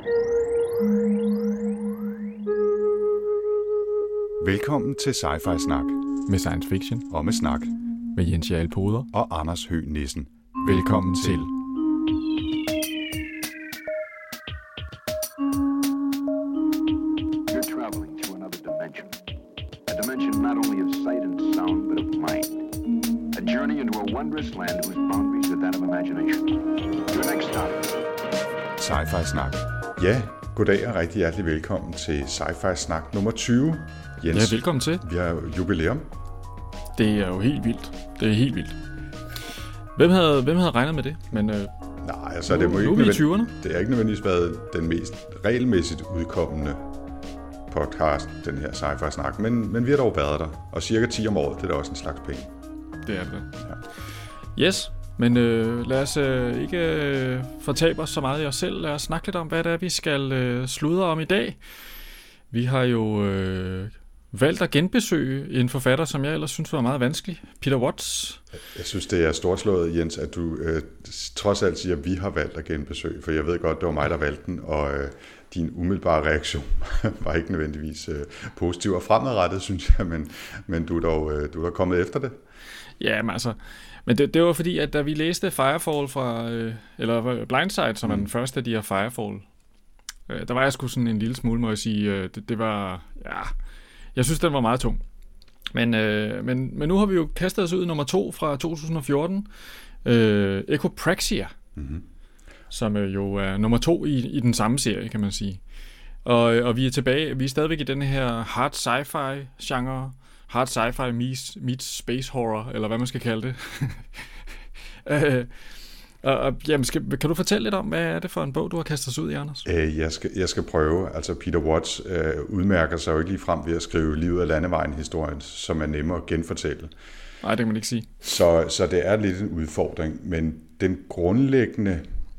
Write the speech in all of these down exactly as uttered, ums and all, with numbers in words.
Velkommen til Sci-Fi Snak. Med science fiction. Og med snak. Med Jens Jarl Poder. Og Anders Høgh Nissen. Velkommen, Velkommen til. You're traveling to another dimension. A dimension not only of sight and sound, but of mind. A journey into a wondrous land whose boundaries are that of imagination. Your next stop. Sci-Fi Snak. Ja, goddag og rigtig hjertelig velkommen til Sci-Fi Snak nummer tyve. Jens, ja, velkommen til. Vi har jubilæum. Det er jo helt vildt. Det er helt vildt. Hvem havde, hvem havde regnet med det? Men, øh, Nej, altså det må nu, ikke nødvendig, det har ikke nødvendigvis været den mest regelmæssigt udkommende podcast, den her Sci-Fi Snak, men, men vi har dog været der, og cirka ti om året, det er da også en slags penge. Det er det. Ja. Yes, men øh, lad os øh, ikke øh, fortabe os så meget i os selv. Lad os snakke lidt om, hvad det er, vi skal øh, sludre om i dag. Vi har jo øh, valgt at genbesøge en forfatter, som jeg ellers synes var meget vanskelig. Peter Watts. Jeg synes, det er storslået, Jens, at du øh, trods alt siger, at vi har valgt at genbesøge, for jeg ved godt, det var mig, der valgte den, og øh, din umiddelbare reaktion var ikke nødvendigvis øh, positiv og fremadrettet, synes jeg, men, men du er dog øh, du er kommet efter det. Ja, men altså, men det, det var fordi, at da vi læste Firefall fra, øh, eller Blindside, som mm. er den første af de her Firefall, øh, der var jeg sgu sådan en lille smule, må jeg sige, øh, det, det var, ja, jeg synes, den var meget tung. Men, øh, men, men nu har vi jo kastet os ud i nummer to fra to tusind og fjorten, øh, Echopraxia, mm-hmm. som øh, jo er nummer to i, i den samme serie, kan man sige. Og, og vi er tilbage, vi er stadigvæk i den her hard sci-fi genre, hard sci-fi meets, meets space horror, eller hvad man skal kalde det. øh, og, og, jamen, skal, kan du fortælle lidt om, hvad er det for en bog, du har kastet os ud i, Anders? Øh, jeg, skal, jeg skal prøve. Altså, Peter Watts øh, udmærker sig jo ikke lige frem ved at skrive livet af landevejen-historien, som er nemmere at genfortælle. Nej, det kan man ikke sige. Så, så det er lidt en udfordring, men den grundlæggende,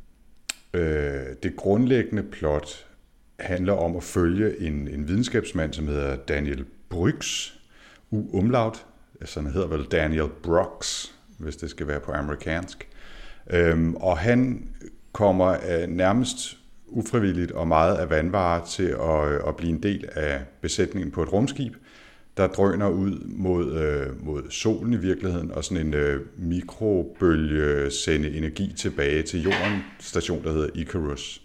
øh, det grundlæggende plot handler om at følge en, en videnskabsmand, som hedder Daniel Brüx, U-umlaut, altså han hedder vel Daniel Brooks, hvis det skal være på amerikansk. Øhm, og han kommer øh, nærmest ufrivilligt og meget af vandvare til at, øh, at blive en del af besætningen på et rumskib, der drøner ud mod, øh, mod solen i virkeligheden, og sådan en øh, mikrobølge sende energi tilbage til jorden, station der hedder Icarus.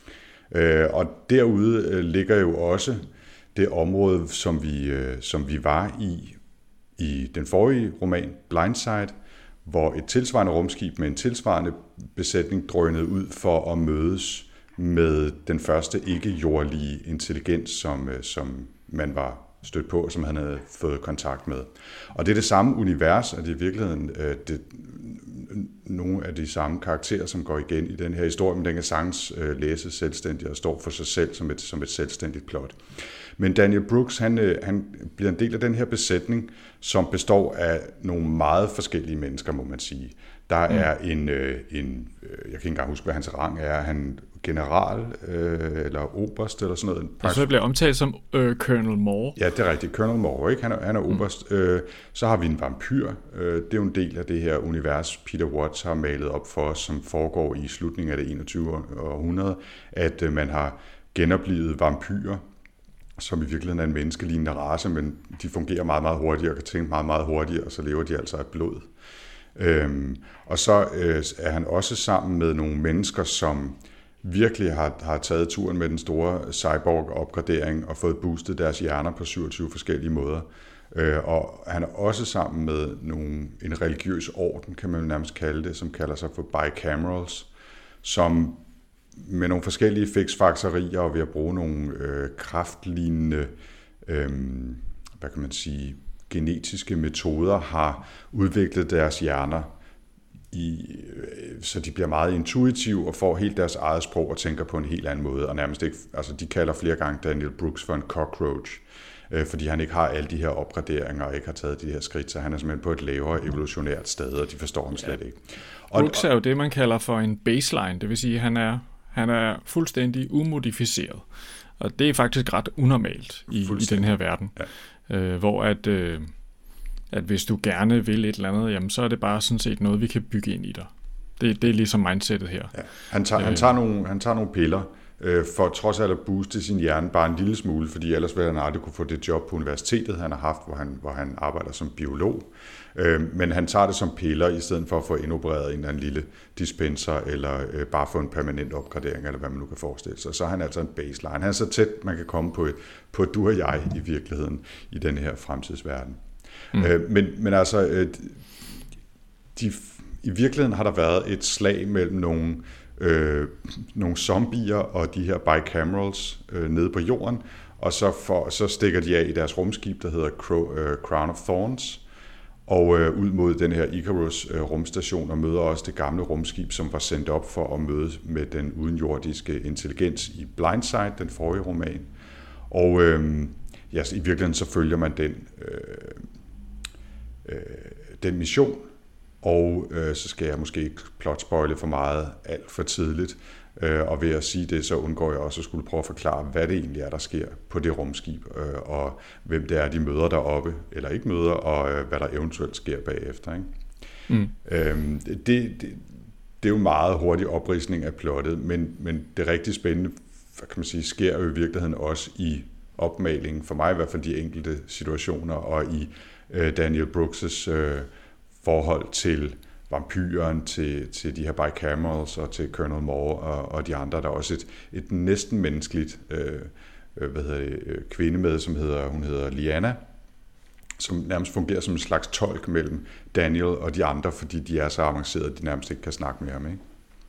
Øh, og derude øh, ligger jo også det område, som vi, øh, som vi var i i den forrige roman, Blindside, hvor et tilsvarende rumskib med en tilsvarende besætning drønede ud for at mødes med den første ikke-jordlige intelligens, som, som man var stødt på, som han havde fået kontakt med. Og det er det samme univers, og det er i virkeligheden det, nogle af de samme karakterer, som går igen i den her historie, men den kan sagtens læses selvstændigt og står for sig selv som et, som et selvstændigt plot. Men Daniel Brooks, han, han bliver en del af den her besætning, som består af nogle meget forskellige mennesker, må man sige. Der mm. er en, en, jeg kan ikke engang huske, hvad hans rang er, han general øh, eller oberst eller sådan noget. Og så bliver omtalt som øh, Colonel Moore. Ja, det er rigtigt. Colonel Moore, ikke? Han er, han er oberst. Mm. Øh, så har vi en vampyr. Øh, det er jo en del af det her univers, Peter Watts har malet op for os, som foregår i slutningen af det enogtyvende århundrede, at øh, man har genoplivet vampyrer, som i virkeligheden er en menneskelignende race, men de fungerer meget, meget hurtigt og kan tænke meget, meget hurtigt, og så lever de altså af blod. Øhm, og så øh, er han også sammen med nogle mennesker, som virkelig har, har taget turen med den store cyborg-opgradering og fået boostet deres hjerner på syvogtyve forskellige måder. Øh, og han er også sammen med nogle, en religiøs orden, kan man nærmest kalde det, som kalder sig for bicamerals, som med nogle forskellige fiksfakserier og ved at bruge nogle øh, kraftlignende, øh, hvad kan man sige, genetiske metoder, har udviklet deres hjerner, i, øh, så de bliver meget intuitive og får helt deres eget sprog og tænker på en helt anden måde. Og nærmest ikke, altså de kalder flere gange Daniel Brooks for en cockroach, øh, fordi han ikke har alle de her opgraderinger og ikke har taget de her skridt, så han er simpelthen på et lavere evolutionært sted, og de forstår ham slet ikke. Og, Brooks er jo det, man kalder for en baseline, det vil sige, at han er Han er fuldstændig umodificeret, og det er faktisk ret unormalt i, i den her verden, ja. øh, hvor at, øh, at hvis du gerne vil et eller andet, jamen, så er det bare sådan set noget, vi kan bygge ind i dig. Det, det er ligesom mindsetet her. Ja. Han, tager, øh, han, tager nogle, han tager nogle piller, øh, for trods alt at booste sin hjerne bare en lille smule, fordi ellers ville han aldrig kunne få det job på universitetet, han har haft, hvor han, hvor han arbejder som biolog. Øh, men han tager det som piller, i stedet for at få indopereret en eller anden lille dispenser, eller øh, bare få en permanent opgradering, eller hvad man nu kan forestille sig. Så er han altså en baseline. Han er så tæt, man kan komme på, på du og jeg i virkeligheden, i den her fremtidsverden. Mm. Øh, men, men altså, øh, de, i virkeligheden har der været et slag mellem nogle, øh, nogle zombier og de her bicamerals øh, nede på jorden, og så, for, så stikker de af i deres rumskib, der hedder Crow, øh, Crown of Thorns, og øh, ud mod den her Icarus øh, rumstation, og møder også det gamle rumskib, som var sendt op for at møde med den udenjordiske intelligens i Blindside, den forrige roman. Og øh, ja, i virkeligheden så følger man den, øh, øh, den mission, og øh, så skal jeg måske ikke plot-spoile for meget alt for tidligt, øh, og ved at sige det, så undgår jeg også at skulle prøve at forklare, hvad det egentlig er, der sker på det rumskib, øh, og hvem det er, de møder deroppe, eller ikke møder, og øh, hvad der eventuelt sker bagefter. Ikke? Mm. Øhm, det, det, det er jo en meget hurtig opridsning af plottet, men, men det rigtig spændende, hvad kan man sige, sker jo i virkeligheden også i opmalingen, for mig i hvert fald de enkelte situationer, og i øh, Daniel Brooks' øh, forhold til vampyren, til, til de her bicamerals og til Colonel Moore og, og de andre. Der er også et, et næsten menneskeligt øh, hvad hedder det, øh, kvinde med, som hedder, hun hedder Liana, som nærmest fungerer som en slags tolk mellem Daniel og de andre, fordi de er så avancerede, at de nærmest ikke kan snakke med ham, ikke?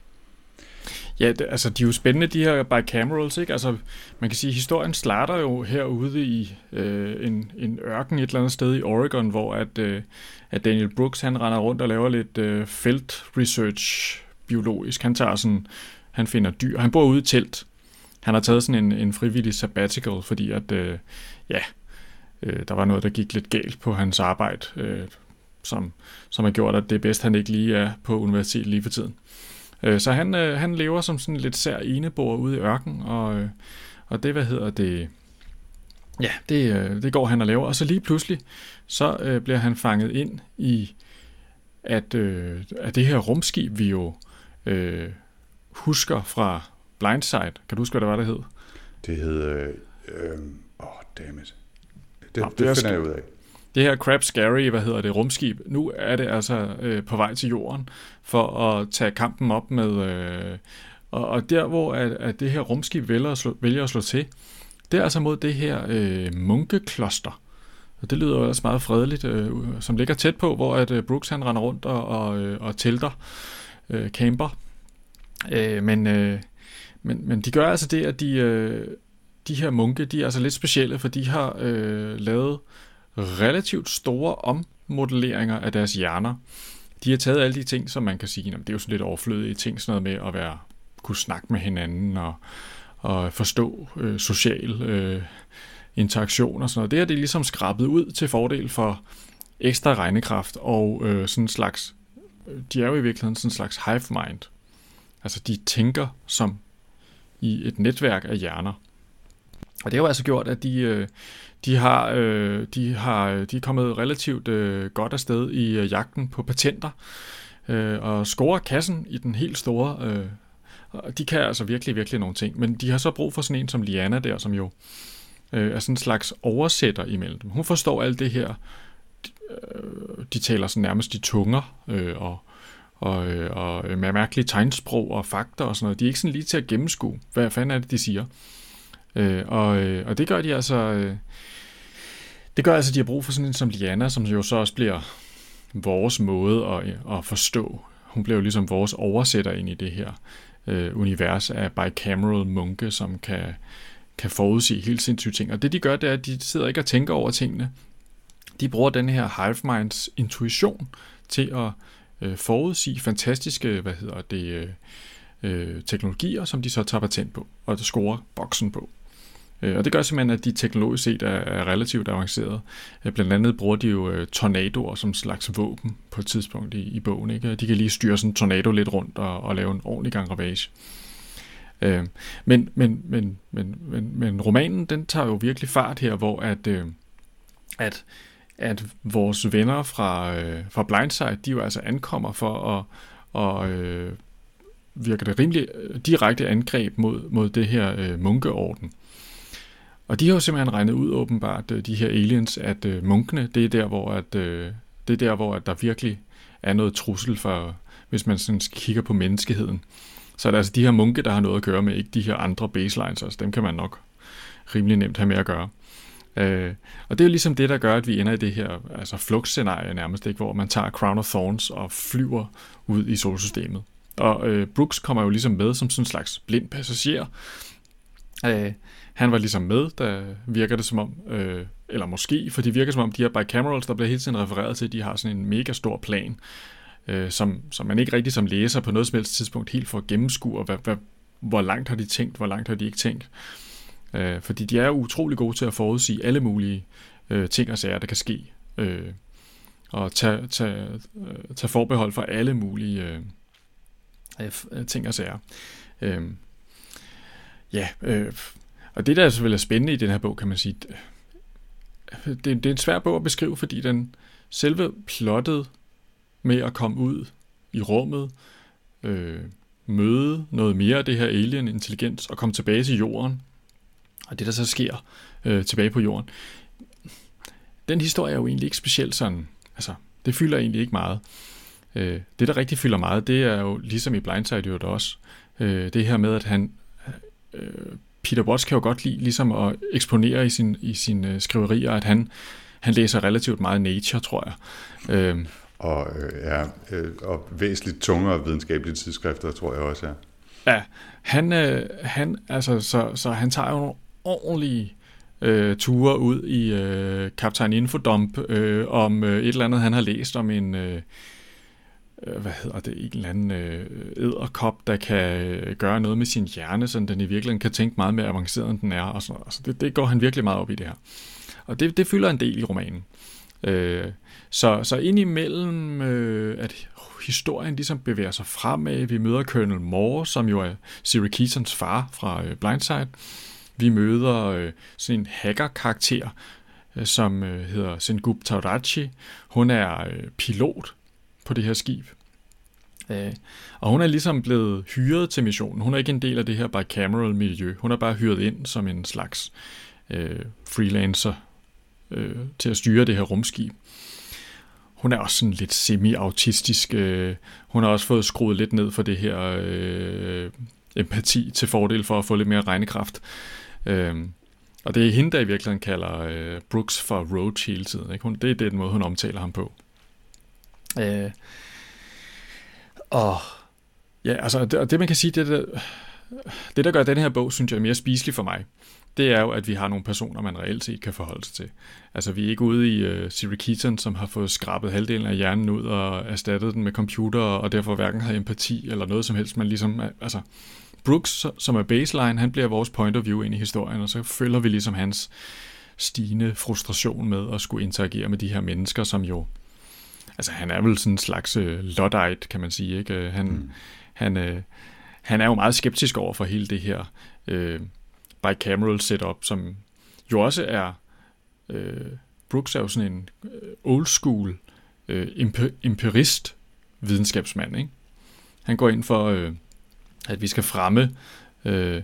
Ja, det, altså de er jo spændende, de her bicamerals, ikke? Altså man kan sige, at historien starter jo herude i øh, en, en ørken et eller andet sted i Oregon, hvor at, øh, at Daniel Brooks, han render rundt og laver lidt øh, feltresearch biologisk. Han tager sådan, han finder dyr, han bor ude i telt. Han har taget sådan en, en frivillig sabbatical, fordi at, øh, ja, øh, der var noget, der gik lidt galt på hans arbejde, øh, som, som har gjort, at det er bedst, han ikke lige er på universitetet lige for tiden. Så han, øh, han lever som sådan lidt sær eneboer ude i ørken, og, øh, og det, hvad hedder det, ja, det, øh, det går han og laver. Og så lige pludselig, så øh, bliver han fanget ind i, at, øh, at det her rumskib, vi jo øh, husker fra Blindside. Kan du huske, hvad det var, det hed? Det hed, øh, øh, oh, dammit. Det, Nå, det, det finder jeg ud af. Det her Crab Scary, hvad hedder det, rumskib, nu er det altså øh, på vej til jorden for at tage kampen op med, øh, og, og der hvor at, at det her rumskib vælger at, slå, vælger at slå til, det er altså mod det her øh, munkekloster. Og det lyder også meget fredeligt, øh, som ligger tæt på, hvor at øh, Brooks han render rundt og, og, øh, og telter, øh, camper. Øh, men, øh, men, men de gør altså det, at de, øh, de her munke, de er altså lidt specielle, for de har øh, lavet relativt store ommodelleringer af deres hjerner. De har taget alle de ting, som man kan sige, jamen, det er jo sådan lidt overflødige ting, sådan noget med at være, kunne snakke med hinanden og, og forstå øh, social øh, interaktion og sådan noget. Det er det ligesom skrabet ud til fordel for ekstra regnekraft og øh, sådan en slags, de er jo i virkeligheden sådan en slags hive mind. Altså de tænker som i et netværk af hjerner. Og det har jo altså gjort, at de, øh, de, har, øh, de, har, de er kommet relativt øh, godt afsted i øh, jagten på patenter øh, og scorer kassen i den helt store. Øh, og de kan altså virkelig, virkelig nogle ting. Men de har så brug for sådan en som Liana der, som jo øh, er sådan en slags oversætter imellem dem. Hun forstår alt det her. De, øh, de taler sådan nærmest i tunger øh, og, og, og med mærkelige tegnsprog og fakta og sådan noget. De er ikke sådan lige til at gennemskue, hvad fanden er det, de siger. Øh, og, og det gør de altså øh, det gør altså de har brug for sådan en som Liana, som jo så også bliver vores måde at, at forstå. Hun bliver jo ligesom vores oversætter ind i det her øh, univers af bicameral munke, som kan, kan forudsige helt sindssyge ting. Og det de gør, det er, at de sidder ikke og tænker over tingene. De bruger den her hive minds intuition til at øh, forudsige fantastiske, hvad hedder det, øh, teknologier, som de så tager patent på og scorer boksen på. Og det gør simpelthen, at de teknologisk set er relativt avancerede. Blandt andet bruger de jo tornadoer som slags våben på et tidspunkt i, i bogen. Ikke? De kan lige styre sådan en tornado lidt rundt og, og lave en ordentlig gang ravage. Men, men, men, men, men, men romanen, den tager jo virkelig fart her, hvor at, at, at vores venner fra, fra Blindside, de jo altså ankommer for at, at virker det rimelig direkte angreb mod, mod det her øh, munkeorden. Og de har jo simpelthen regnet ud åbenbart, de her aliens, at øh, munkene, det er der, hvor, at, øh, det er der, hvor at der virkelig er noget trussel for, hvis man sådan kigger på menneskeheden. Så er det altså de her munke, der har noget at gøre med, ikke de her andre baselines, altså dem kan man nok rimelig nemt have med at gøre. Øh, og det er jo ligesom det, der gør, at vi ender i det her altså flugtscenarie nærmest, ikke, hvor man tager Crown of Thorns og flyver ud i solsystemet. Og øh, Brooks kommer jo ligesom med som sådan en slags blind passager. Øh, han var ligesom med, der virker det som om, øh, eller måske, for det virker som om, de her bicamerals, der bliver hele tiden refereret til, de har sådan en mega stor plan, øh, som, som man ikke rigtig som læser på noget som helst tidspunkt helt får gennemskue, hvad, hvad, hvor langt har de tænkt, hvor langt har de ikke tænkt. Øh, fordi de er utrolig gode til at forudsige alle mulige øh, ting og sager, der kan ske. Øh, og tage, tage, øh, tage forbehold for alle mulige øh, øh, ting og sager. Øh, ja, øh, og det der selvfølgelig er spændende i den her bog, kan man sige, det, det er en svær bog at beskrive, fordi den selve plottet med at komme ud i rummet, øh, møde noget mere af det her alien intelligens og komme tilbage til jorden, og det der så sker øh, tilbage på jorden, den historie er jo egentlig ikke specielt sådan, altså det fylder egentlig ikke meget. Øh, det der rigtig fylder meget, det er jo ligesom i Blindside jo også, øh, det her med at han øh, Peter Watts kan jo godt lide ligesom at eksponere i sin i sine skriverier, at han han læser relativt meget Nature, tror jeg. Øh, og øh, ja, øh, og væsentligt tungere videnskabelige tidsskrifter, tror jeg også, ja. Ja, han øh, han altså så så han tager jo nogle ordentlige øh, ture ud i øh, Kaptajn Infodump øh, om øh, et eller andet han har læst om en øh, hvad hedder det, en eller anden øh, edderkop, der kan øh, gøre noget med sin hjerne, så den i virkeligheden kan tænke meget mere avanceret, end den er. Og sådan, altså det, det går han virkelig meget op i det her. Og det, det fylder en del i romanen. Øh, så, så indimellem, øh, at historien ligesom bevæger sig fremad. Vi møder Colonel Moore, som jo er Siri Keatons far fra øh, Blindside. Vi møder øh, sådan en hacker-karakter, øh, som øh, hedder Sengoop Taurachi. Hun er øh, pilot på det her skib. Øh, og hun er ligesom blevet hyret til missionen. Hun er ikke en del af det her bicameral miljø. Hun er bare hyret ind som en slags øh, freelancer øh, til at styre det her rumskib. Hun er også sådan lidt semi-autistisk. Øh, hun har også fået skruet lidt ned for det her øh, empati til fordel for at få lidt mere regnekraft. Øh, og det er hende, der i virkeligheden kalder øh, Brooks for Roach hele tiden. Ikke? Hun, det er den måde, hun omtaler ham på. Øh, og ja, altså det, det man kan sige, det der, det der gør den her bog, synes jeg er mere spiselig for mig, det er jo, at vi har nogle personer, man reelt set kan forholde sig til. Altså vi er ikke ude i uh, Siri Keaton, som har fået skrabet halvdelen af hjernen ud og erstattet den med computer, og derfor hverken har empati eller noget som helst, man ligesom, altså Brooks, som er baseline, han bliver vores point of view ind i historien, og så følger vi ligesom hans stigende frustration med at skulle interagere med de her mennesker, som jo altså, han er vel sådan en slags uh, Luddite, kan man sige, ikke? Han, mm. han, uh, han er jo meget skeptisk over for hele det her uh, bicameral setup, som jo også er... Uh, Brooks er jo sådan en uh, old school uh, imper- empirist videnskabsmand, ikke? Han går ind for, uh, at vi skal fremme uh,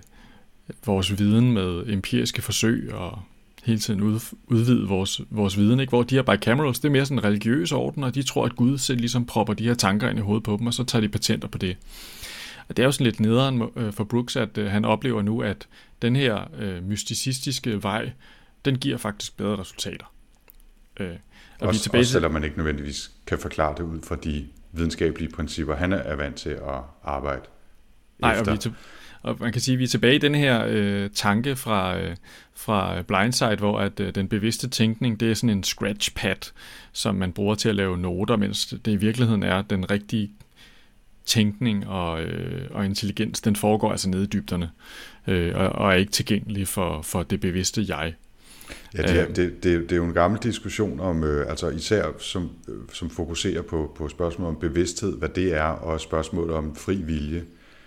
vores viden med empiriske forsøg og hele tiden ud, udvide vores, vores viden, ikke? Hvor de her bicamerals, det er mere sådan en religiøs orden, og de tror, at Gud selv ligesom propper de her tanker ind i hovedet på dem, og så tager de patenter på det. Og det er jo sådan lidt nederen for Brooks, at øh, han oplever nu, at den her øh, mysticistiske vej, den giver faktisk bedre resultater. Øh, og også, vi tilbage... også selvom man ikke nødvendigvis kan forklare det ud fra de videnskabelige principper, han er vant til at arbejde Nej, efter. Og, vi til... og man kan sige, at vi er tilbage i den her øh, tanke fra, øh, fra Blindside, hvor at øh, den bevidste tænkning, det er sådan en scratchpad, som man bruger til at lave noter, mens det i virkeligheden er den rigtige tænkning og, øh, og intelligens, den foregår altså nede i dybderne, øh, og, og er ikke tilgængelig for, for det bevidste jeg. Ja, det er, det, det, det er jo en gammel diskussion om, øh, altså især som, øh, som fokuserer på, på spørgsmålet om bevidsthed, hvad det er, og spørgsmålet om fri vilje,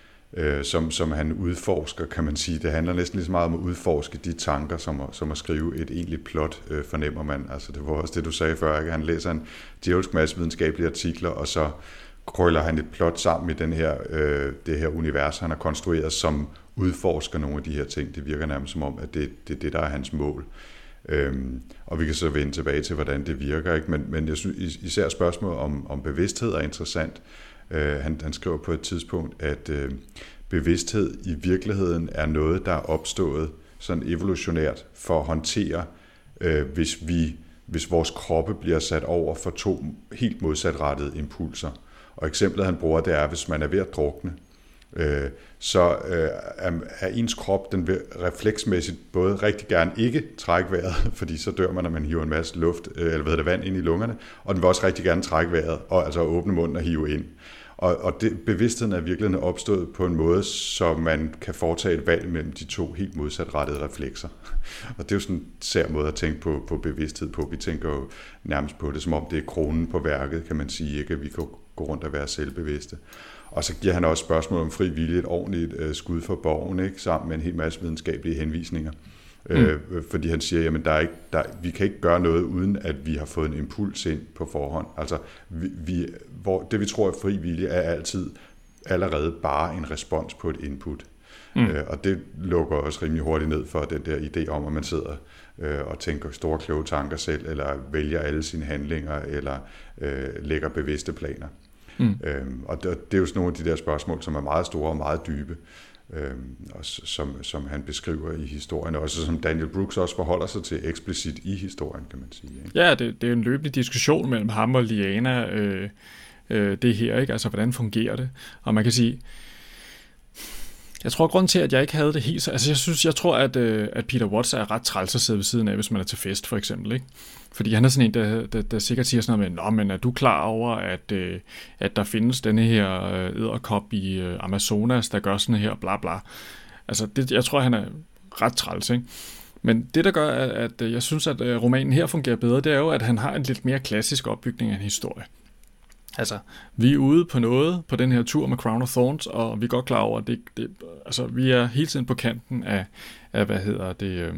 øh, som, som han udforsker, kan man sige. Det handler næsten lige så meget om at udforske de tanker, som at, som at skrive et egentligt plot, øh, fornemmer man. Altså det var også det, du sagde før, ikke? Han læser en djævelsk masse videnskabelige artikler, og så krøller han et plot sammen i den her, øh, det her univers, han har konstrueret, som udforsker nogle af de her ting. Det virker nærmest som om, at det, det er det, der er hans mål. Øhm, og vi kan så vende tilbage til, hvordan det virker. Ikke? Men, men jeg synes især spørgsmålet om, om bevidsthed er interessant. Øh, han, han skriver på et tidspunkt, at øh, bevidsthed i virkeligheden er noget, der er opstået sådan evolutionært for at håndtere, øh, hvis, vi, hvis vores kroppe bliver sat over for to helt modsatrettede impulser. Og eksemplet, han bruger, det er, hvis man er ved at drukne, øh, så øh, er, er ens krop, den vil refleksmæssigt både rigtig gerne ikke trække vejret, fordi så dør man, når man hiver en masse luft, øh, eller hvad hedder det, vand ind i lungerne, og den vil også rigtig gerne trække vejret, og altså åbne munden og hive ind. Og, og det, bevidstheden er virkelig opstået på en måde, så man kan foretage et valg mellem de to helt modsatrettede reflekser. Og det er jo sådan en sær måde at tænke på, på bevidsthed på. Vi tænker jo nærmest på det, som om det er kronen på værket, kan man sige, ikke? At vi kan gå rundt og være selvbevidste. Og så giver han også spørgsmål om fri vilje, et ordentligt øh, skud for borgen, ikke? Sammen med en hel masse videnskabelige henvisninger. Mm. Øh, fordi han siger, jamen der er ikke, der, vi kan ikke gøre noget, uden at vi har fået en impuls ind på forhånd. Altså, vi, vi, hvor, det vi tror er fri vilje, er altid allerede bare en respons på et input. Mm. Øh, og det lukker også rimelig hurtigt ned for den der idé om, at man sidder øh, og tænker store kloge tanker selv, eller vælger alle sine handlinger, eller øh, lægger bevidste planer. Mm. Øh, og det, det er jo sådan nogle af de der spørgsmål, som er meget store og meget dybe. Øhm, og som, som han beskriver i historien, og som Daniel Brooks også forholder sig til eksplicit i historien, kan man sige. Ikke? Ja, det, det er en løbende diskussion mellem ham og Liana, øh, øh, det her, ikke? Altså, hvordan fungerer det? Og man kan sige, jeg tror, grunden til, at jeg ikke havde det helt så... Altså, jeg synes, jeg tror, at, øh, at Peter Watts er ret træls at sidde ved siden af, hvis man er til fest, for eksempel, ikke? Fordi han er sådan en, der, der, der sikkert siger sådan noget med, nå, men er du klar over, at, øh, at der findes denne her øh, edderkop i øh, Amazonas, der gør sådan her, bla bla. Altså, det, jeg tror, han er ret træls, ikke? Men det, der gør, at, at jeg synes, at romanen her fungerer bedre, det er jo, at han har en lidt mere klassisk opbygning af en historie. Altså, vi er ude på noget på den her tur med Crown of Thorns, og vi er godt klar over, at det, det, altså, vi er hele tiden på kanten af, af hvad hedder det... Øh,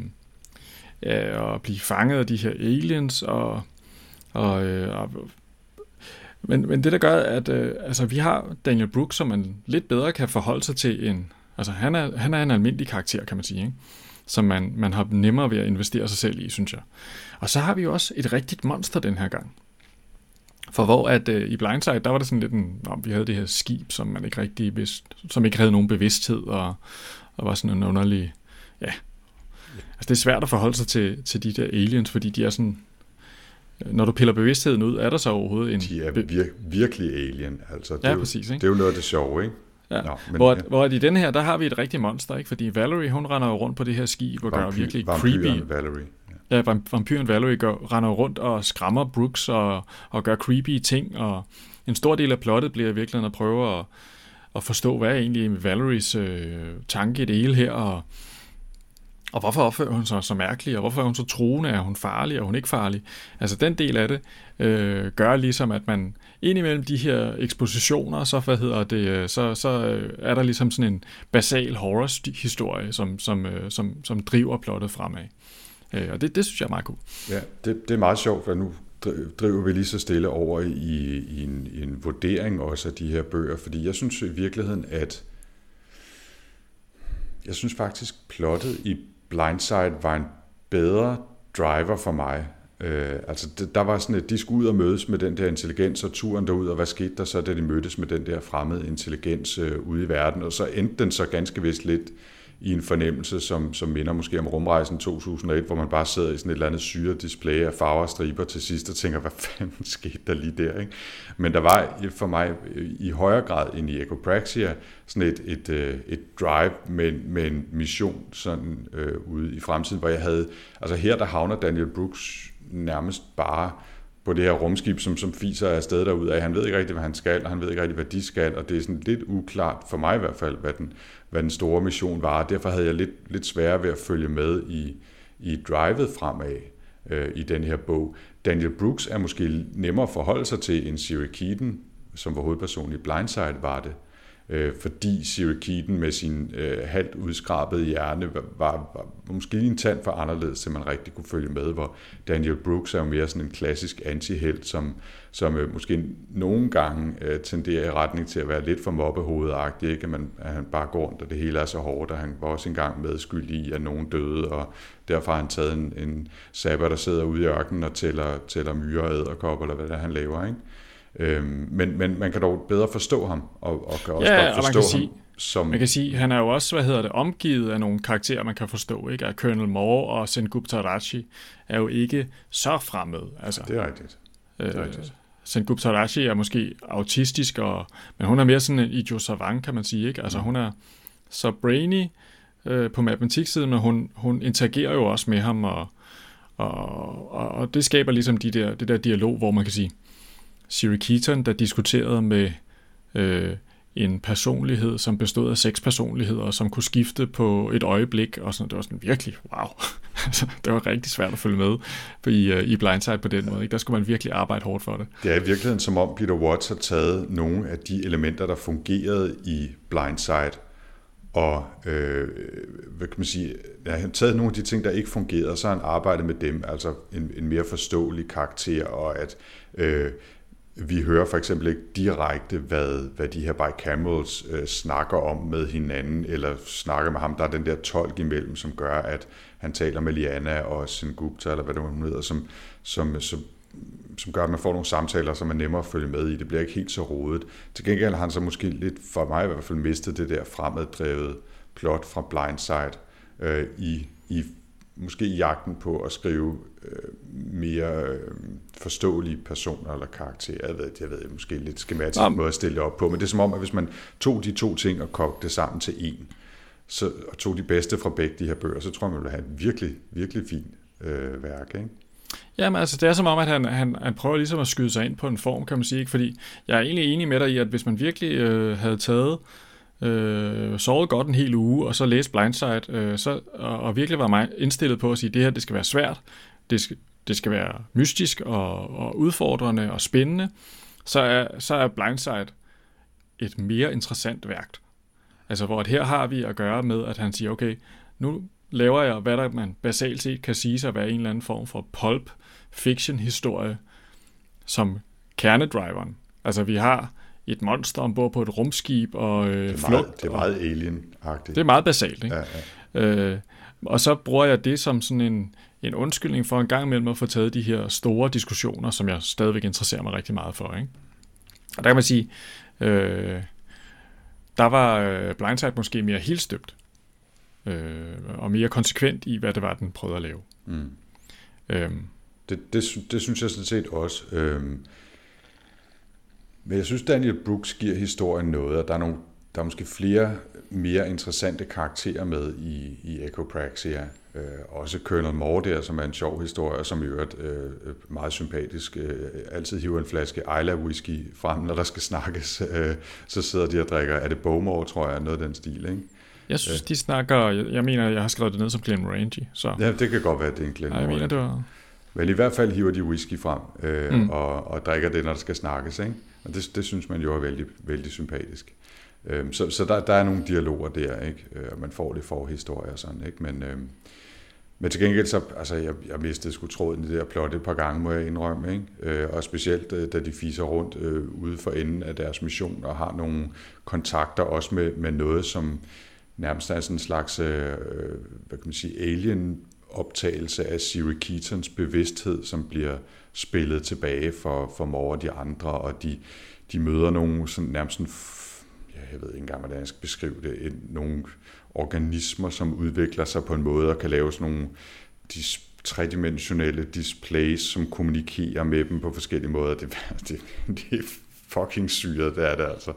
at blive fanget af de her aliens, og, og, øh, og men, men det der gør, at øh, altså, vi har Daniel Brooks, som man lidt bedre kan forholde sig til en, altså han er, han er en almindelig karakter, kan man sige, ikke? Som man, man har nemmere ved at investere sig selv i, synes jeg. Og så har vi jo også et rigtigt monster den her gang. For hvor at øh, i Blindside, der var det sådan lidt en, nå, vi havde det her skib, som man ikke rigtig vidste, som ikke havde nogen bevidsthed, og, og var sådan en underlig, ja. Altså, det er svært at forholde sig til, til de der aliens, fordi de er sådan... Når du piller bevidstheden ud, er der så overhovedet en... De er vir- virkelig alien, altså. Det ja, er jo, præcis, ikke? Det er jo noget af det sjove, ikke? Ja. Nå, men, hvor, ja. hvor i den her, der har vi et rigtigt monster, ikke? Fordi Valerie, hun render jo rundt på det her skib og gør virkelig creepy... Valerie. Ja, ja vampyren Valerie gør, render rundt og skræmmer Brooks og, og gør creepy ting, og en stor del af plottet bliver i virkeligheden at prøve at, at forstå, hvad er egentlig Valeries øh, tanke i det hele her, og... Og hvorfor opfører hun sig så mærkelig, og hvorfor er hun så truende, er hun farlig, er hun ikke farlig? Altså den del af det øh, gør ligesom, at man indimellem de her ekspositioner, så, hvad hedder det, så, så er der ligesom sådan en basal horror-historie, som, som, øh, som, som driver plottet fremad. Øh, og det, det synes jeg er meget cool. Ja, det, det er meget sjovt, for nu driver vi lige så stille over i, i, en, i en vurdering også af de her bøger, fordi jeg synes i virkeligheden, at jeg synes faktisk, plottet i Blindside var en bedre driver for mig. Øh, altså, det, der var sådan, at de skulle ud og mødes med den der intelligens, og turen derud, og hvad skete der så, da de mødtes med den der fremmede intelligens øh, ude i verden, og så endte den så ganske vist lidt i en fornemmelse, som, som minder måske om rumrejsen to tusind og et, hvor man bare sidder i sådan et eller andet syret display af farver og striber til sidst og tænker, hvad fanden skete der lige der, ikke? Men der var for mig i højere grad end i Ecopraxia sådan et, et, et drive med, med en mission sådan øh, ude i fremtiden, hvor jeg havde, altså her der havner Daniel Brooks nærmest bare på det her rumskib, som, som fiser afsted derudad. Han ved ikke rigtig, hvad han skal, og han ved ikke rigtig, hvad de skal, og det er sådan lidt uklart, for mig i hvert fald, hvad den, hvad den store mission var. Derfor havde jeg lidt, lidt sværere ved at følge med i, i drivet fremad øh, i den her bog. Daniel Brooks er måske nemmere at forholde sig til end Siri Keaton, som var hovedperson i Blindside, var det. øh, fordi Siri Keaton med sin øh, halvt udskrabede hjerne var, var, var måske en tand for anderledes, så man rigtig kunne følge med, hvor Daniel Brooks er jo mere sådan en klassisk anti-helt, som, som øh, måske nogle gange øh, tenderer i retning til at være lidt for mobbehovedagtig, ikke? At, man, at han bare går rundt, og det hele er så hårdt, og han var også engang medskyldig i, at nogen døde, og derfor har han taget en, en sabber, der sidder ude i ørkenen og tæller, tæller myrer og edderkopper, eller hvad det er, han laver, ikke? Øhm, men, men man kan dog bedre forstå ham, og, og kan også ja, godt forstå man kan ham sige, som... Man kan sige, han er jo også, hvad hedder det, omgivet af nogle karakterer, man kan forstå, ikke? At Colonel Moore og Sengupta Raji er jo ikke så fremmede. Altså, det er rigtigt. Det er øh, rigtigt. Sengupta Raji er måske autistisk, og, men hun er mere sådan en idiot savant, kan man sige, ikke? Altså, mm. hun er så brainy øh, på matematiksiden, men hun, hun interagerer jo også med ham, og, og, og, og det skaber ligesom de der, det der dialog, hvor man kan sige, Siri Keaton, der diskuterede med øh, en personlighed, som bestod af seks personligheder, som kunne skifte på et øjeblik, og sådan, det var sådan virkelig, wow, det var rigtig svært at følge med i, uh, i Blindside på den måde, ikke? Der skulle man virkelig arbejde hårdt for det. Det er i virkeligheden som om Peter Watts har taget nogle af de elementer, der fungerede i Blindside, og øh, hvad kan man sige, jeg har taget nogle af de ting, der ikke fungerede, og så har han arbejdet med dem, altså en, en mere forståelig karakter, og at øh, vi hører for eksempel ikke direkte, hvad, hvad de her bicamerals øh, snakker om med hinanden, eller snakker med ham. Der er den der tolk imellem, som gør, at han taler med Liana og Sengupta, eller hvad det nu hedder, som, som, som, som gør, at man får nogle samtaler, som er nemmere at følge med i. Det bliver ikke helt så rodet. Til gengæld har han så måske lidt, for mig i hvert fald, mistet det der fremaddrevet plot fra Blindside øh, i, i måske i jagten på at skrive øh, mere øh, forståelige personer eller karakterer. Jeg ved, jeg ved måske lidt skematisk ja. måde at stille det op på, men det er som om, at hvis man tog de to ting og kogte det sammen til en, så, og tog de bedste fra begge de her bøger, så tror jeg, man ville have et virkelig, virkelig fint øh, værk, ikke? Jamen altså, det er som om, at han, han, han prøver ligesom at skyde sig ind på en form, kan man sige, ikke? Fordi jeg er egentlig enig med dig i, at hvis man virkelig øh, havde taget Øh, sovet godt en hel uge, og så læste Blindside, øh, så, og, og virkelig var mig indstillet på at sige, at det her det skal være svært, det skal, det skal være mystisk og, og udfordrende og spændende, så er, så er Blindside et mere interessant værk. Altså, hvor at her har vi at gøre med, at han siger, okay, nu laver jeg, hvad der man basalt set kan sige at være en eller anden form for pulp fiction-historie som kernedriveren. Altså, vi har et monster ombord på et rumskib og øh, det er meget, flugt. Det er meget alien-agtigt. Det er meget basalt, ikke? Ja, ja. Øh, og så bruger jeg det som sådan en, en undskyldning for en gang imellem at få taget de her store diskussioner, som jeg stadigvæk interesserer mig rigtig meget for, ikke? Og der kan man sige, øh, der var øh, Blindside måske mere helstøbt øh, og mere konsekvent i, hvad det var, den prøvede at lave. Mm. Øhm. Det, det, det synes jeg sådan set også. Øhm, Men jeg synes, Daniel Brooks giver historien noget, og der er, nogle, der er måske flere mere interessante karakterer med i, i Echopraxia. Øh, også Colonel Moore der, som er en sjov historie, som i øvrigt øh, meget sympatisk. Øh, altid hiver en flaske Isla whisky frem, når der skal snakkes. Øh, så sidder de og drikker, er det Bowmore, tror jeg, noget af den stil, ikke? Jeg synes, øh. de snakker, jeg, jeg mener, jeg har skrevet det ned som Glen Morangi. Så. Ja, det kan godt være, det er en Glen Morangi. Jeg mener, det var... Men i hvert fald hiver de whisky frem øh, mm. og, og drikker det, når der skal snakkes, ikke? Og det, det synes man jo er vældig, vældig sympatisk. Øhm, så så der, der er nogle dialoger der, ikke? Øh, man får lidt forhistorie og sådan, ikke? Men, øhm, men til gengæld så, altså jeg, jeg mistede sgu tråden i det der plot et par gange, må jeg indrømme, ikke? Øh, og specielt øh, da de fiser rundt øh, ude for enden af deres mission og har nogle kontakter også med, med noget, som nærmest er sådan en slags, øh, hvad kan man sige, alien optagelse af Siri Keatons bevidsthed, som bliver spillet tilbage for, for Moore og de andre, og de, de møder nogle sådan, nærmest sådan, ja, jeg ved ikke engang, hvordan jeg skal beskrive det, nogle organismer, som udvikler sig på en måde og kan lave sådan nogle dis, tredimensionelle displays, som kommunikerer med dem på forskellige måder. Det, det, det er fucking syret, det er det altså.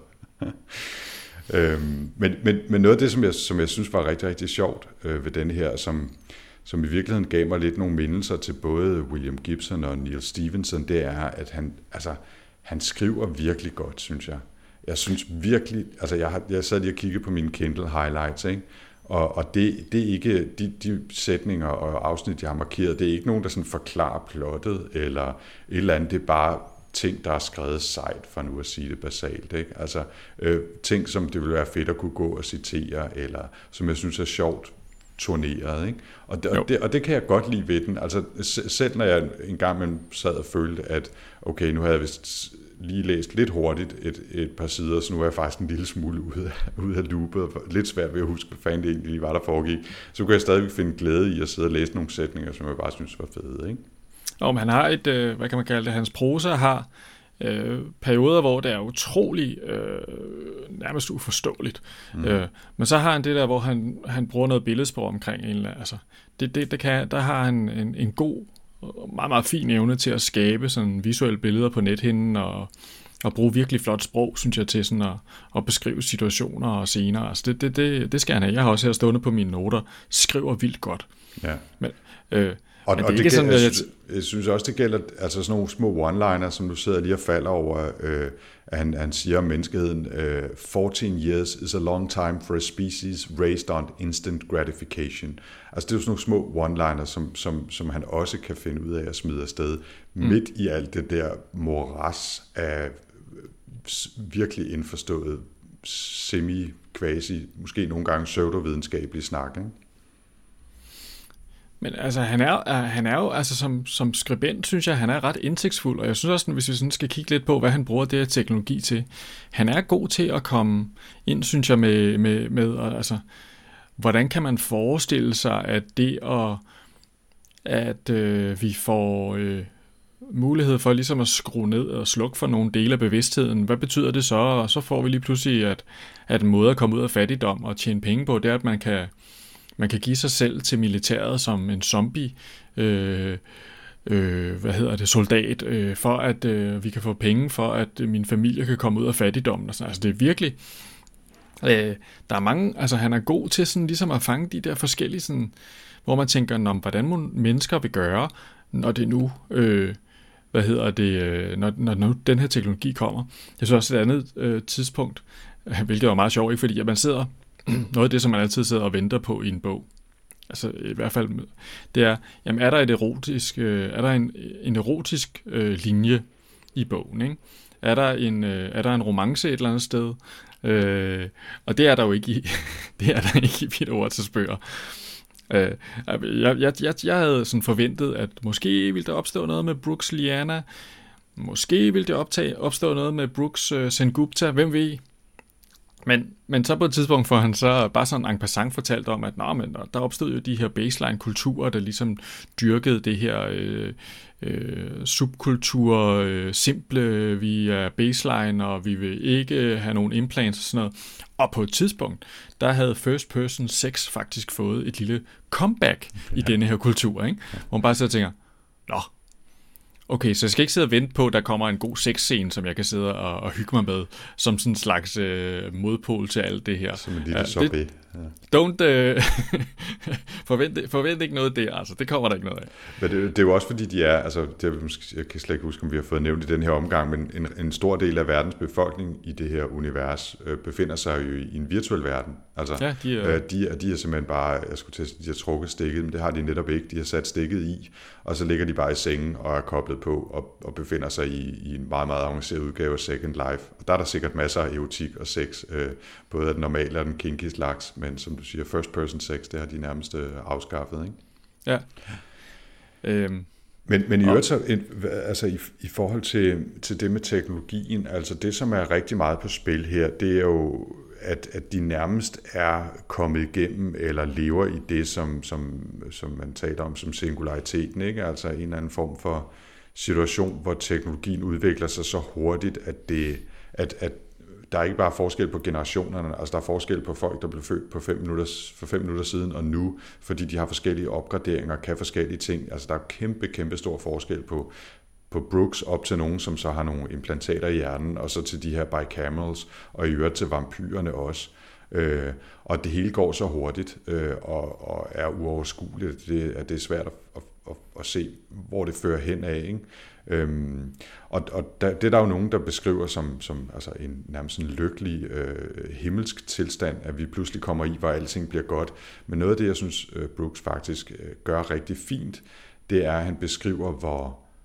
øhm, men, men, men noget af det, som jeg, som jeg synes var rigtig, rigtig sjovt øh, ved den her, som som i virkeligheden gav mig lidt nogle mindelser til både William Gibson og Neil Stephenson, det er, at han, altså, han skriver virkelig godt, synes jeg. Jeg synes virkelig, altså jeg, har, jeg sad lige og kiggede på mine Kindle highlights, ikke? Og, og det, det er ikke, de, de sætninger og afsnit, jeg har markeret, det er ikke nogen, der sådan forklarer plottet, eller et eller andet, det er bare ting, der er skrevet sejt, for nu at sige det basalt. Ikke? Altså øh, ting, som det ville være fedt at kunne gå og citere, eller som jeg synes er sjovt turneret. Ikke? Og, det, og, det, og det kan jeg godt lide ved den. Altså selv når jeg engang man sad og følte, at okay, nu havde jeg vist lige læst lidt hurtigt et, et par sider, så nu er jeg faktisk en lille smule ude af, ude af loopet, lidt svært ved at huske, hvad fanden det egentlig var, der foregik. Så kunne jeg stadig finde glæde i at sidde og læse nogle sætninger, som jeg bare synes var fede. Ikke? Og han har et, øh, hvad kan man kalde det, hans prosa har øh, perioder, hvor det er utrolig øh, nærmest uforståeligt. Mm. Øh, men så har han det der, hvor han, han bruger noget billedsprog omkring en eller anden. Altså, det, det, det kan, der har han en, en god, meget, meget fin evne til at skabe sådan visuelle billeder på nethinden og, og bruge virkelig flot sprog, synes jeg, til sådan at, at beskrive situationer og scener. Altså det, det, det, det skal han have. Jeg har også her stående på mine noter, skriver vildt godt. Ja. Men, øh, Og, Men og det det sådan, jeg, jeg, synes, jeg synes også, det gælder altså sådan nogle små one-liners, som du sidder lige og falder over, øh, at han, han siger om menneskeheden, øh, fourteen years is a long time for a species raised on instant gratification. Altså det er jo sådan nogle små one-liners, som, som, som han også kan finde ud af at smide afsted, mm. midt i alt det der moras af virkelig indforstået semi-quasi, måske nogle gange pseudovidenskabelig snak, ikke? Men altså, han er, han er jo, altså som, som skribent, synes jeg, han er ret indsigtsfuld, og jeg synes også, hvis vi sådan skal kigge lidt på, hvad han bruger det her teknologi til, han er god til at komme ind, synes jeg, med, med, med altså, hvordan kan man forestille sig, at det at, at øh, vi får øh, mulighed for ligesom at skrue ned og slukke for nogle dele af bevidstheden, hvad betyder det så? Og så får vi lige pludselig, at, at en måde at komme ud af fattigdom og tjene penge på, det er, at man kan Man kan give sig selv til militæret som en zombie, øh, øh, hvad hedder det, soldat, øh, for at øh, vi kan få penge, for at øh, min familie kan komme ud af fattigdommen. Altså det er virkelig, øh, der er mange, altså han er god til sådan ligesom at fange de der forskellige, sådan, hvor man tænker, hvordan må mennesker vil gøre, når det nu, øh, hvad hedder det, øh, når, når nu den her teknologi kommer. Jeg synes også et andet øh, tidspunkt, hvilket var meget sjovt, ikke, fordi at man sidder noget af det, som man altid sidder og venter på i en bog, altså i hvert fald, det er, jamen er der et erotisk, øh, er der en, en erotisk øh, linje i bogen, ikke? Er der en, øh, er der en romance et eller andet sted? Øh, og det er der jo ikke i, det er der ikke i Peter Watts' bøger. Øh, jeg, jeg, jeg, jeg havde sådan forventet, at måske ville der opstå noget med Brooks Liana, måske ville det optage, opstå noget med Brooks øh, Sengupta, hvem ved I? Men, men så på et tidspunkt får han så bare sådan en passant fortalt om, at nå, men, der opstod jo de her baseline-kulturer, der ligesom dyrkede det her øh, øh, subkultur, øh, simple, vi er baseline, og vi vil ikke have nogen implants og sådan noget. Og på et tidspunkt, der havde first person sex faktisk fået et lille comeback i ja. denne her kultur, ikke? Hvor man bare sidder og tænker, nå, okay, så jeg skal ikke sidde og vente på, at der kommer en god sexscene, som jeg kan sidde og, og hygge mig med, som sådan en slags øh, modpol til alt det her. Som en lille sorbet. Ja, don't øh, forvent, forvent ikke noget der, altså det kommer der ikke noget af. Men det, det er jo også fordi, de er, altså det, jeg kan slet ikke huske, om vi har fået nævnt i den her omgang, men en, en stor del af verdens befolkning i det her univers øh, befinder sig jo i en virtuel verden. Altså, ja, de, er, øh, de, er, de er simpelthen bare, jeg skulle til at de har trukket stikket, men det har de netop ikke. De har sat stikket i, og så ligger de bare i sengen og er koblet på og, og befinder sig i, i en meget, meget avanceret udgave af Second Life. Og der er der sikkert masser af erotik og sex, øh, både af den normale og den kinky slags, men som du siger, first person sex, det har de nærmest afskaffet, ikke? Ja. Øhm. Men, men i øvrigt så, altså i, i forhold til, til det med teknologien, altså det, som er rigtig meget på spil her, det er jo, at, at de nærmest er kommet igennem, eller lever i det, som, som, som man taler om som singulariteten, ikke? Altså en eller anden form for situation, hvor teknologien udvikler sig så hurtigt, at, det, at, at der er ikke bare forskel på generationerne, altså der er forskel på folk, der blev født på fem minutter, for fem minutter siden og nu, fordi de har forskellige opgraderinger og kan forskellige ting. Altså der er kæmpe, kæmpe stor forskel på, på Brooks op til nogen, som så har nogle implantater i hjernen, og så til de her bicamerals, og i øvrigt til vampyrerne også. Øh, og det hele går så hurtigt øh, og, og er uoverskueligt, det, at det er svært at, at, at, at se, hvor det fører hen af, ikke? Øhm, og og der, det er der jo nogen, der beskriver som, som altså en nærmest en lykkelig øh, himmelsk tilstand, at vi pludselig kommer i, hvor alting bliver godt. Men noget af det, jeg synes, øh, Brooks faktisk øh, gør rigtig fint, det er, at han beskriver, hvor,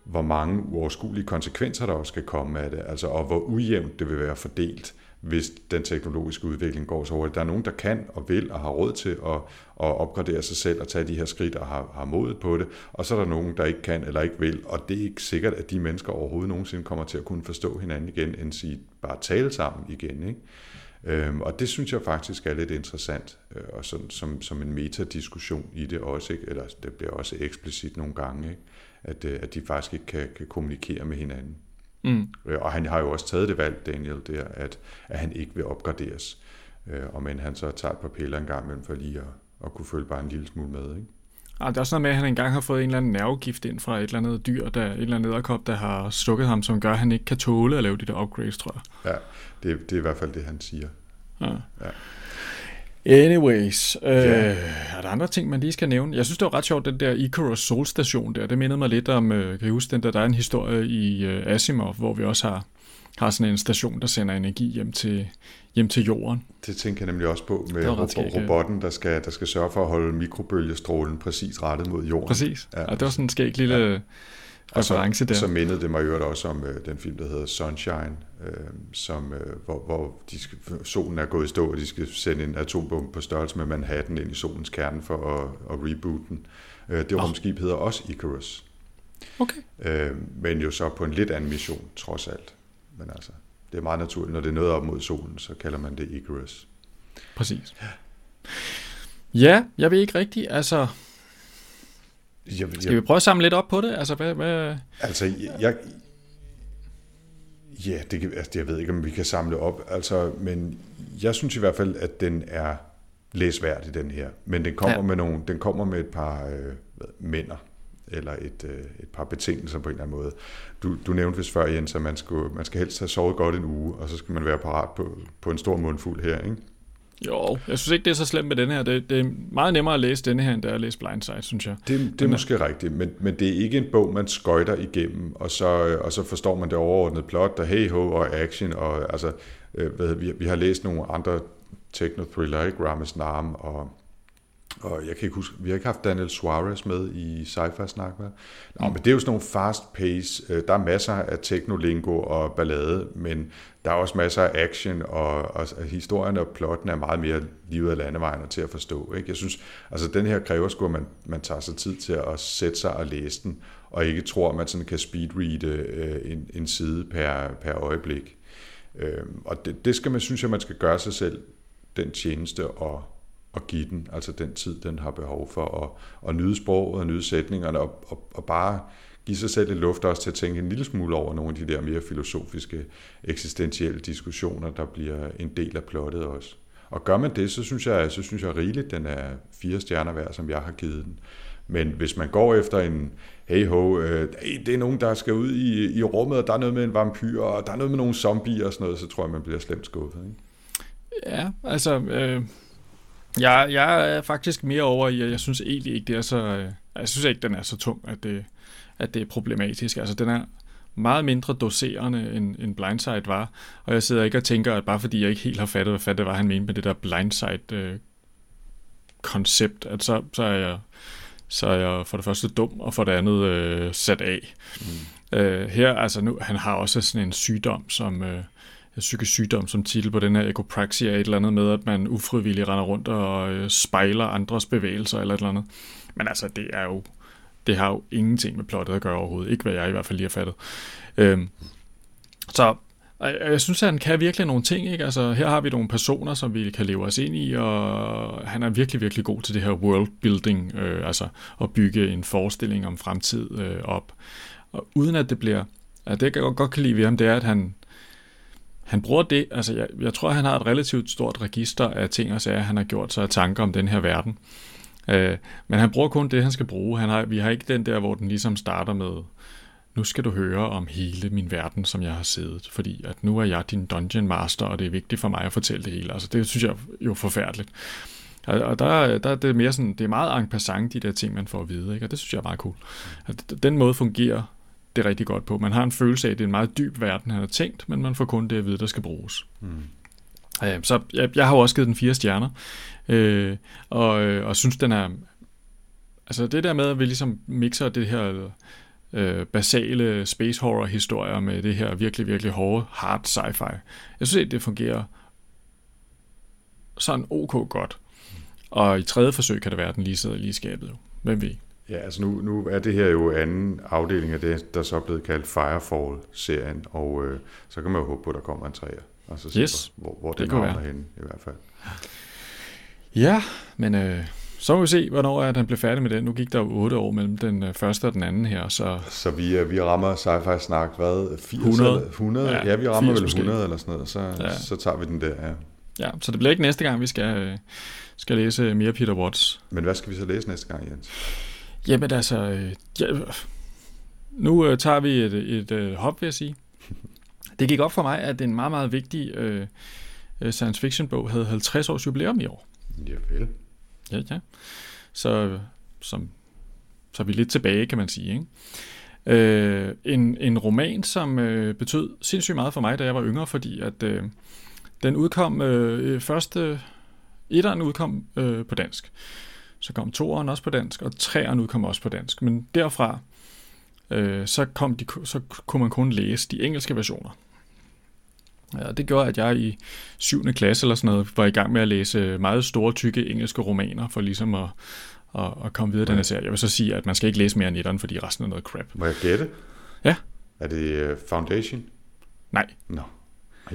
hvor mange uoverskuelige konsekvenser der også skal komme af det, altså, og hvor ujævnt det vil være fordelt, hvis den teknologiske udvikling går så hurtigt. Der er nogen, der kan og vil og har råd til at, at opgradere sig selv og tage de her skridt og har, har modet på det, og så er der nogen, der ikke kan eller ikke vil, og det er ikke sikkert, at de mennesker overhovedet nogensinde kommer til at kunne forstå hinanden igen, end sige bare tale sammen igen, ikke? Øhm, og det synes jeg faktisk er lidt interessant, øh, og sådan, som, som en metadiskussion i det også, ikke? Eller det bliver også eksplicit nogle gange, ikke? At, øh, at de faktisk ikke kan, kan kommunikere med hinanden. Mm. Og han har jo også taget det valg, Daniel, der, at, at han ikke vil opgraderes. Øh, og men han så tager et par piller en gang imellem for lige at, at kunne følge bare en lille smule med, ikke? Ah, det er også noget med, at han engang har fået en eller anden nervegift ind fra et eller andet dyr, der, et eller andet edderkop, der har stukket ham, som gør, at han ikke kan tåle at lave de der upgrades, tror jeg. Ja, det, det er i hvert fald det, han siger. Ja. Ja. Anyways, øh, yeah. Er der andre ting, man lige skal nævne? Jeg synes, det var ret sjovt, den der Icarus solstation der. Det mindede mig lidt om, øh, kan I huske den der, der er en historie i øh, Asimov, hvor vi også har, har sådan en station, der sender energi hjem til, hjem til jorden. Det tænker jeg nemlig også på med ro- robotten, der skal, der skal sørge for at holde mikrobølgestrålen præcis rettet mod jorden. Præcis, ja. Og det var sådan en skæg lille ja. reference der. Og så mindede det mig jo også om øh, den film, der hedder Sunshine, øh, som, øh, hvor, hvor de skal, solen er gået i stå, og de skal sende en atombombe på størrelse med Manhattan ind i solens kerne for at, at reboote den. Øh, det rumskib oh. hedder også Icarus. Okay. Øh, men jo så på en lidt anden mission, trods alt. Men altså, det er meget naturligt. Når det er noget op mod solen, så kalder man det Icarus. Præcis. Ja, jeg ved ikke rigtigt, altså... Jeg, jeg, Skal vi prøve at samle lidt op på det? Altså, hvad... hvad... Altså, jeg... Ja, det, altså, jeg ved ikke, om vi kan samle op, altså, men jeg synes i hvert fald, at den er læsværdig, den her. Men den kommer, ja. med, nogle, den kommer med et par øh, mænder, eller et, øh, et par betingelser på en eller anden måde. Du, du nævnte vist før, Jens, at man, skulle, man skal helst have sovet godt en uge, og så skal man være parat på, på en stor mundfuld her, ikke? Jo, jeg synes ikke, det er så slemt med den her. Det, det er meget nemmere at læse denne her, end det er at læse Blindside, synes jeg. Det, det er måske er... rigtigt, men, men det er ikke en bog, man skøjter igennem, og så, og så forstår man det overordnede plot, der hey ho og action, og altså, øh, hvad, vi, vi har læst nogle andre techno-thriller, ikke? Ramas Naam, og, og jeg kan ikke huske, vi har ikke haft Daniel Suarez med i Sci-Fi-snak, hvad? Nå, mm. men det er jo sådan nogle fast pace, øh, der er masser af technolingo og ballade, men der er også masser af action, og, og, og historien og plotten er meget mere livet af landevejen til at forstå. Ikke? Jeg synes, altså den her kræver sgu, at man, man tager sig tid til at sætte sig og læse den, og ikke tror, at man sådan kan speedreade øh, en, en side per, per øjeblik. Øh, og det, det skal man, synes jeg, man skal gøre sig selv den tjeneste og, og give den, altså den tid, den har behov for at, at nyde sproget og nyde sætningerne, og, og, og bare give sig selv lidt luft også til at tænke en lille smule over nogle af de der mere filosofiske, eksistentielle diskussioner, der bliver en del af plottet også. Og gør man det, så synes jeg, så synes jeg rigeligt, den er fire stjerner værd, som jeg har givet den. Men hvis man går efter en, hey ho, øh, det er nogen, der skal ud i, i rummet, og der er noget med en vampyr, og der er noget med nogle zombier og sådan noget, så tror jeg, man bliver slemt skuffet. Ikke? Ja, altså... Øh... Jeg, jeg er faktisk mere over i, at jeg synes egentlig ikke, det er så... Jeg synes ikke, den er så tung, at det, at det er problematisk. Altså, den er meget mindre doserende, end, end Blindside var. Og jeg sidder ikke og tænker, at bare fordi jeg ikke helt har fattet, hvad fat det var, han mente med det der Blindside-koncept, at så, så, er jeg, så er jeg for det første dum, og for det andet øh, sat af. Mm. Øh, her, altså nu, han har også sådan en sygdom, som... Øh, psykisk sygdom som titel på den her ekopraxia, et eller andet med, at man ufrivilligt render rundt og øh, spejler andres bevægelser eller et eller andet. Men altså, det er jo, det har jo ingenting med plottet at gøre overhovedet. Ikke hvad jeg i hvert fald lige har fattet. Øhm, så jeg, jeg synes, at han kan virkelig nogle ting, ikke? Altså, her har vi nogle personer, som vi kan leve os ind i, og han er virkelig, virkelig god til det her worldbuilding, øh, altså at bygge en forestilling om fremtid øh, op. Og uden at det bliver... Altså, det jeg godt, godt kan lide ved ham, det er, at han Han bruger det, altså jeg, jeg tror, han har et relativt stort register af ting og sager, han har gjort sig af tanker om den her verden. Øh, men han bruger kun det, han skal bruge. Han har, vi har ikke den der, hvor den ligesom starter med, nu skal du høre om hele min verden, som jeg har siddet, fordi at nu er jeg din dungeon master, og det er vigtigt for mig at fortælle det hele. Altså det synes jeg jo forfærdeligt. Og der, der er det mere sådan, det er meget en passant, de der ting, man får at vide, ikke? Og det synes jeg er meget cool. At den måde fungerer det er rigtig godt på. Man har en følelse af, at det er en meget dyb verden, han har tænkt, men man får kun det at vide, der skal bruges. Mm. Øh, så jeg, jeg har jo også givet den fire stjerner, øh, og, og synes, den er... Altså det der med, at vi ligesom mixer det her øh, basale space horror historier med det her virkelig, virkelig hårde, hard sci-fi. Jeg synes, at det fungerer sådan ok godt. Og i tredje forsøg kan det være, at den lige sidder lige i skabet. Hvem ved? Ja, altså nu, nu er det her jo anden afdeling af det, der så er blevet kaldt Firefall-serien, og øh, så kan man jo håbe på, at der kommer en træer, og så se, yes, hvor, hvor den havner henne i hvert fald. Ja, men øh, så må vi se, hvornår er den blev færdig med den. Nu gik der jo otte år mellem den øh, første og den anden her. Så, så vi, vi rammer sci-fi snak, hvad? firs hundrede? Eller hundrede? Ja, ja, vi rammer vel hundrede eller sådan noget, så, ja. så tager vi den der, ja. Ja, så det bliver ikke næste gang, vi skal, øh, skal læse mere Peter Watts. Men hvad skal vi så læse næste gang, Jens? Jamen altså, øh, ja, nu øh, tager vi et, et, et hop, vil jeg sige. Det gik op for mig, at en meget, meget vigtig øh, science fiction bog havde halvtreds års jubilæum i år. Ja, vel. Ja, ja. Så, som, så er vi lidt tilbage, kan man sige. Ikke? Øh, en, en roman, som øh, betød sindssygt meget for mig, da jeg var yngre, fordi at øh, den udkom øh, første... Etteren udkom øh, på dansk. Så kom toeren også på dansk, og treeren udkom også på dansk. Men derfra, øh, så, kom de, så kunne man kun læse de engelske versioner. Ja, det gjorde, at jeg i syvende klasse eller sådan noget, var i gang med at læse meget store, tykke engelske romaner, for ligesom at, at, at komme videre i ja. denne serie. Jeg vil så sige, at man skal ikke læse mere end etteren, fordi resten er noget crap. Må jeg gætte? Ja. Er det uh, Foundation? Nej. Nå. No.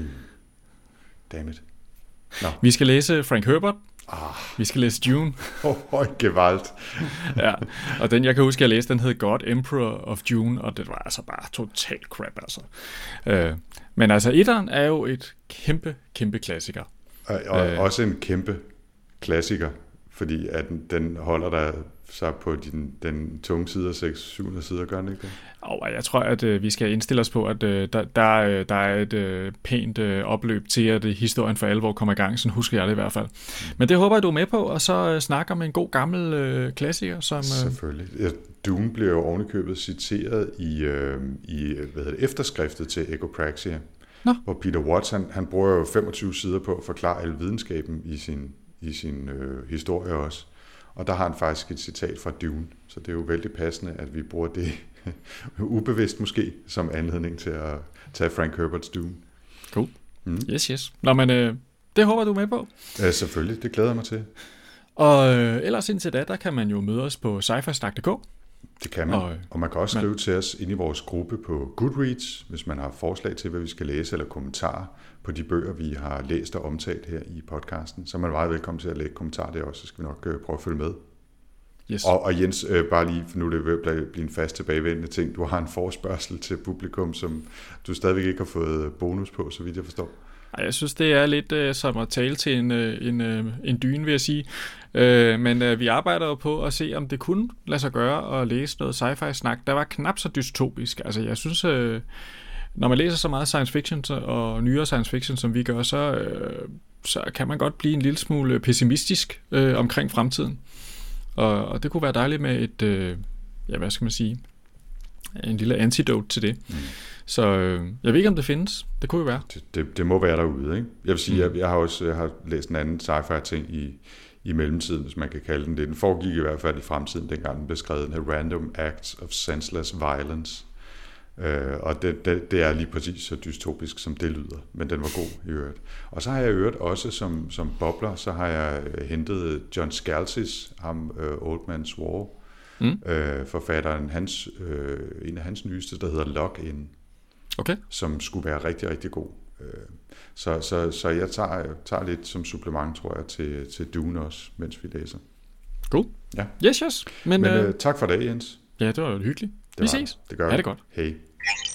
Dammit. No. Vi skal læse Frank Herbert. Ah. Vi skal læse Dune. Åh, oh, gewalt. Ja, og den, jeg kan huske, jeg læste, den hed God Emperor of Dune, og det var altså bare total crap, altså. Øh, men altså, etteren er jo et kæmpe, kæmpe klassiker. Og, og øh, også en kæmpe klassiker, fordi at den, den holder der sig på din, den tunge side af seks syv hundrede sider, gør den ikke det? Og jeg tror, at øh, vi skal indstille os på, at øh, der, der, der er et øh, pænt øh, opløb til, at øh, historien for alvor kommer i gang. Sådan husker jeg det i hvert fald. Men det håber jeg, du er med på, og så øh, snakker med en god gammel øh, klassiker. Som, øh... Selvfølgelig. Ja, Dune bliver jo ovenikøbet citeret i, øh, i hvad hedder det, efterskriftet til Ecopraxia, Nå. hvor Peter Watts, han, han bruger jo femogtyve sider på at forklare al videnskaben i sin, i sin øh, historie også. Og der har han faktisk et citat fra Dune, så det er jo vældig passende, at vi bruger det ubevidst måske som anledning til at tage Frank Herberts Dune. Cool. Mm. Yes, yes. Nå, men øh, det håber du er med på. Ja, selvfølgelig, det glæder jeg mig til. Og øh, ellers indtil da, der kan man jo møde os på sci fi snak punktum d k. Det kan man, og, og man kan også skrive man... til os ind i vores gruppe på Goodreads, hvis man har forslag til, hvad vi skal læse, eller kommentarer på de bøger, vi har læst og omtalt her i podcasten. Så er man meget velkommen til at lægge kommentarer der også, så skal vi nok øh, prøve at følge med. Yes. Og, og Jens, øh, bare lige, for nu er det ved at blive en fast tilbagevendende ting, du har en forespørgsel til publikum, som du stadigvæk ikke har fået bonus på, så vidt jeg forstår. Jeg synes, det er lidt uh, som at tale til en, uh, en, uh, en dyne, vil jeg sige. Uh, men uh, vi arbejder jo på at se, om det kunne lade sig gøre at læse noget sci-fi-snak. Der var knap så dystopisk. Altså, jeg synes, uh, når man læser så meget science fiction og nyere science fiction, som vi gør, så, uh, så kan man godt blive en lille smule pessimistisk uh, omkring fremtiden. Og, og det kunne være dejligt med et, uh, ja, hvad skal man sige, en lille antidote til det. Mm. Så øh, jeg ved ikke, om det findes. Det kunne jo være. Det, det, det må være derude, ikke? Jeg vil sige, mm. jeg, jeg har også jeg har læst en anden sci-fi ting i, i mellemtiden, hvis man kan kalde den det. Den foregik i hvert fald i fremtiden, dengang den blev skrevet, den her Random Acts of Senseless Violence. Øh, og det, det, det er lige præcis så dystopisk, som det lyder. Men den var god i øvrigt. Og så har jeg i øvrigt også som, som bobler, så har jeg hentet John Scalzi's, ham uh, Old Man's War, mm. øh, forfatteren, hans, øh, en af hans nyeste, der hedder Lock-In. Okay. Som skulle være rigtig, rigtig god. Så, så, så jeg tager, tager lidt som supplement, tror jeg, til, til Dune også, mens vi læser. Cool. Ja. Yes, yes. Men, Men øh, øh, tak for det, Jens. Ja, det var jo hyggeligt. Det vi var, ses. Det gør vi. Ha' det godt. Hej.